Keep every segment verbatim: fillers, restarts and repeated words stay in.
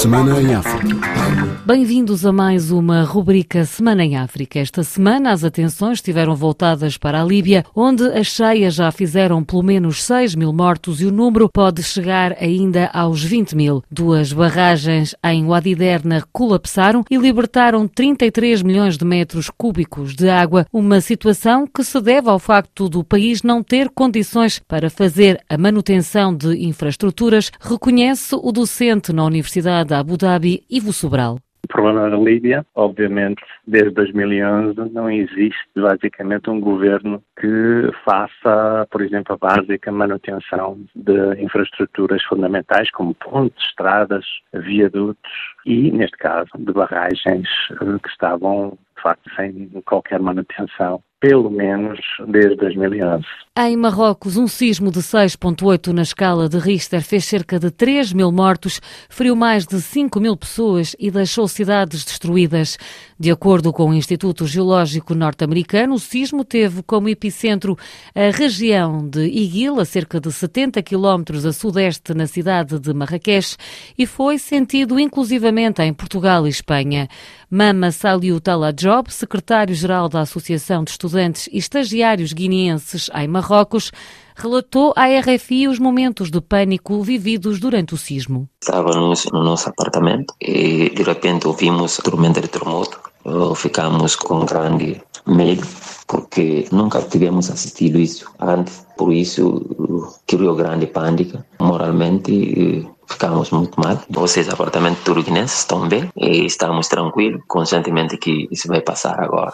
Semana em África. Bem-vindos a mais uma rubrica Semana em África. Esta semana as atenções estiveram voltadas para a Líbia, onde as cheias já fizeram pelo menos seis mil mortos e o número pode chegar ainda aos vinte mil. Duas barragens em Wadi Derna colapsaram e libertaram trinta e três milhões de metros cúbicos de água, uma situação que se deve ao facto do país não ter condições para fazer a manutenção de infraestruturas, reconhece o docente na Universidade de Abu Dhabi, Ivo Sobral. O problema da Líbia, obviamente, desde dois mil e onze não existe basicamente um governo que faça, por exemplo, a básica manutenção de infraestruturas fundamentais como pontes, estradas, viadutos e, neste caso, de barragens que estavam, de facto, sem qualquer manutenção, pelo menos desde dois mil e onze. Em Marrocos, um sismo de seis vírgula oito na escala de Richter fez cerca de três mil mortos, feriu mais de cinco mil pessoas e deixou cidades destruídas. De acordo com o Instituto Geológico norte-americano, o sismo teve como epicentro a região de Iguil, a cerca de setenta quilómetros a sudeste na cidade de Marrakech, e foi sentido inclusivamente em Portugal e Espanha. Mama Saliu Talajob, secretário-geral da Associação de Estudantes e Estagiários Guineenses em Marrocos, relatou à R F I os momentos de pânico vividos durante o sismo. Estávamos no nosso apartamento e de repente ouvimos a tormenta de terremoto. Ficamos com grande medo porque nunca tivemos assistido isso antes, por isso criou grande pânico. Moralmente ficamos muito mal. Vocês, apartamentos turguinenses, estão bem e estamos tranquilos, conscientemente que isso vai passar agora.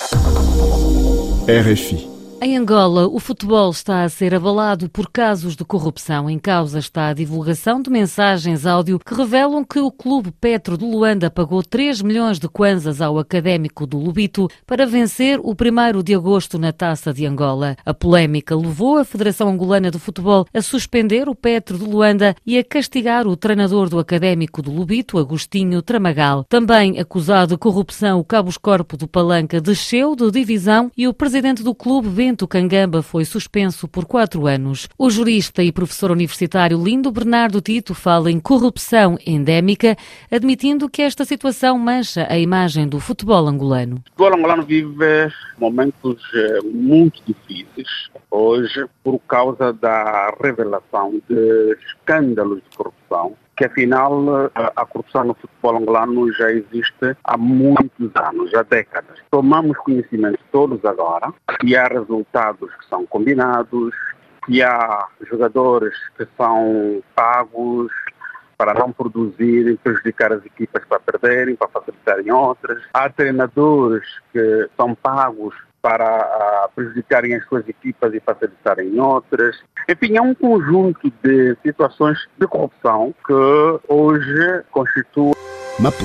R F I. Em Angola, o futebol está a ser abalado por casos de corrupção. Em causa está a divulgação de mensagens áudio que revelam que o Clube Petro de Luanda pagou três milhões de kwanzas ao Académico do Lobito para vencer o primeiro de agosto na Taça de Angola. A polémica levou a Federação Angolana de Futebol a suspender o Petro de Luanda e a castigar o treinador do Académico do Lobito, Agostinho Tramagal. Também acusado de corrupção, o Cabos Corpo do Palanca desceu de divisão e o presidente do clube, Bento Cangamba, foi suspenso por quatro anos. O jurista e professor universitário Lindo Bernardo Tito fala em corrupção endémica, admitindo que esta situação mancha a imagem do futebol angolano. O futebol angolano vive momentos muito difíceis hoje por causa da revelação de escândalos de corrupção, que afinal a corrupção no futebol angolano já existe há muitos anos, há décadas. Tomamos conhecimento todos agora que há resultados que são combinados, que há jogadores que são pagos para não produzirem, prejudicar as equipas para perderem, para facilitarem outras. Há treinadores que são pagos para uh, prejudicarem as suas equipas e facilitarem outras. Enfim, é um conjunto de situações de corrupção que hoje constitui... Maputo,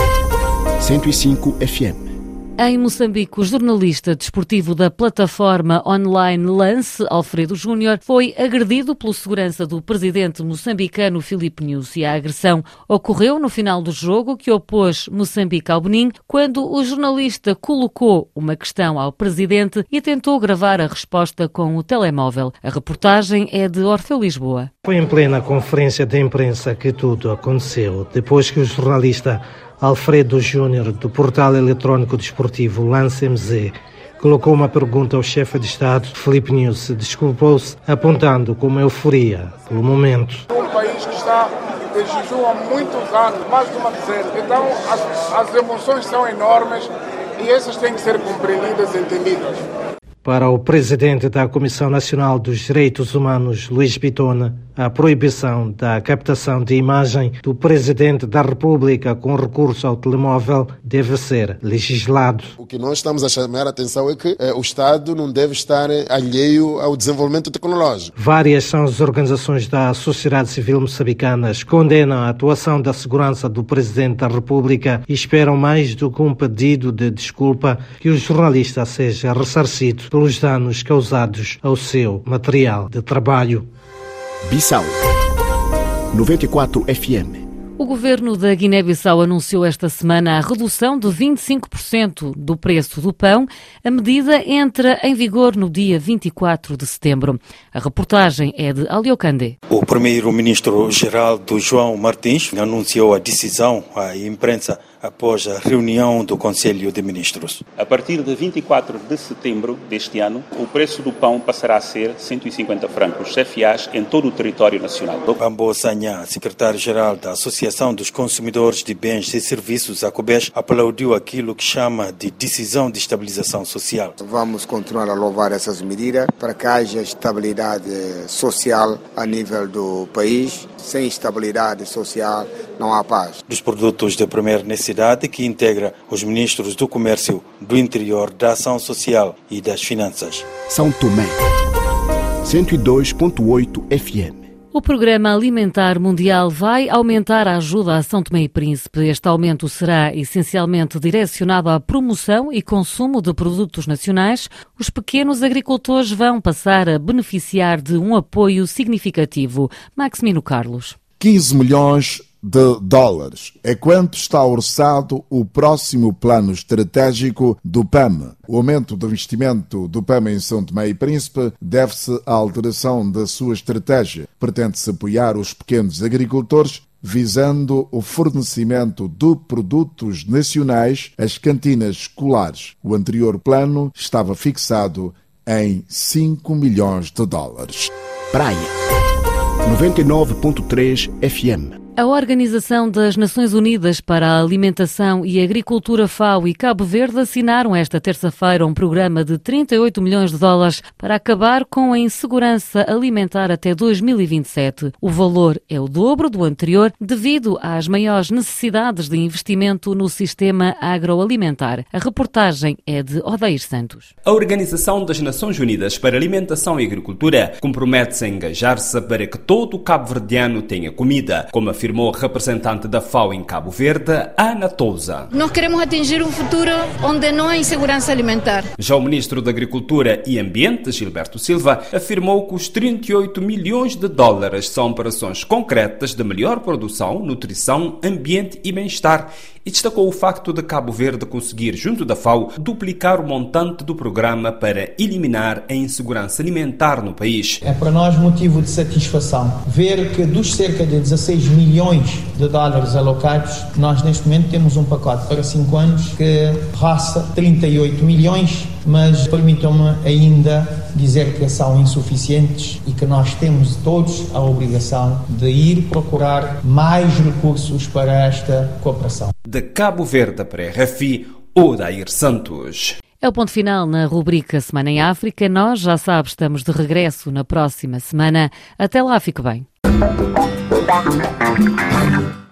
cento e cinco F M. Em Moçambique, o jornalista desportivo da plataforma online Lance, Alfredo Júnior, foi agredido pelo segurança do presidente moçambicano Filipe Nyusi. A agressão ocorreu no final do jogo que opôs Moçambique ao Benin, quando o jornalista colocou uma questão ao presidente e tentou gravar a resposta com o telemóvel. A reportagem é de Orfeu Lisboa. Foi em plena conferência de imprensa que tudo aconteceu, depois que o jornalista Alfredo Júnior, do portal eletrónico desportivo Lance M Z, colocou uma pergunta ao chefe de Estado, Filipe Nyusi, desculpou-se, apontando com uma euforia pelo momento. Um país que está em jejum há muitos anos, mais de uma dezena. Então, as, as emoções são enormes e essas têm que ser compreendidas e entendidas. Para o presidente da Comissão Nacional dos Direitos Humanos, Luís Bitona, a proibição da captação de imagem do presidente da República com recurso ao telemóvel deve ser legislado. O que nós estamos a chamar a atenção é que eh, o Estado não deve estar alheio ao desenvolvimento tecnológico. Várias são as organizações da sociedade civil moçambicanas que condenam a atuação da segurança do presidente da República e esperam mais do que um pedido de desculpa que o jornalista seja ressarcido pelos danos causados ao seu material de trabalho. Bissau, noventa e quatro F M. O governo da Guiné-Bissau anunciou esta semana a redução de vinte e cinco por cento do preço do pão. A medida entra em vigor no dia vinte e quatro de setembro. A reportagem é de Alio Candé. O primeiro-ministro Geraldo João Martins anunciou a decisão à imprensa após a reunião do Conselho de Ministros. A partir de vinte e quatro de setembro deste ano, o preço do pão passará a ser cento e cinquenta francos C F As em todo o território nacional. Bambo Sanha, secretário-geral da Associação dos Consumidores de Bens e Serviços, a COBES, aplaudiu aquilo que chama de decisão de estabilização social. Vamos continuar a louvar essas medidas para que haja estabilidade social a nível do país. Sem estabilidade social não há paz. Dos produtos de primeira necessidade, que integra os ministros do Comércio, do Interior, da Ação Social e das Finanças. São Tomé, cento e dois ponto oito F M. O Programa Alimentar Mundial vai aumentar a ajuda a São Tomé e Príncipe. Este aumento será essencialmente direcionado à promoção e consumo de produtos nacionais. Os pequenos agricultores vão passar a beneficiar de um apoio significativo. Maximino Carlos. quinze milhões de dólares é quanto está orçado o próximo plano estratégico do P A M. O aumento do investimento do P A M em São Tomé e Príncipe deve-se à alteração da sua estratégia. Pretende-se apoiar os pequenos agricultores, visando o fornecimento de produtos nacionais às cantinas escolares. O anterior plano estava fixado em cinco milhões de dólares. Praia, noventa e nove ponto três F M. A Organização das Nações Unidas para a Alimentação e Agricultura FAO e Cabo Verde assinaram esta terça-feira um programa de trinta e oito milhões de dólares para acabar com a insegurança alimentar até dois mil e vinte e sete. O valor é o dobro do anterior devido às maiores necessidades de investimento no sistema agroalimentar. A reportagem é de Odair Santos. A Organização das Nações Unidas para a Alimentação e Agricultura compromete-se a engajar-se para que todo o cabo-verdiano tenha comida, como a afirmou a representante da FAO em Cabo Verde, Ana Touza. Nós queremos atingir um futuro onde não há insegurança alimentar. Já o ministro da Agricultura e Ambiente, Gilberto Silva, afirmou que os trinta e oito milhões de dólares são para ações concretas de melhor produção, nutrição, ambiente e bem-estar e destacou o facto de Cabo Verde conseguir, junto da FAO, duplicar o montante do programa para eliminar a insegurança alimentar no país. É para nós motivo de satisfação ver que dos cerca de dezasseis milhões de dólares alocados, nós neste momento temos um pacote para cinco anos que roça trinta e oito milhões, mas permitam-me ainda dizer que são insuficientes e que nós temos todos a obrigação de ir procurar mais recursos para esta cooperação. De Cabo Verde para a R F I, Odair Santos. É o ponto final na rubrica Semana em África. Nós, já sabe, estamos de regresso na próxima semana. Até lá, fique bem.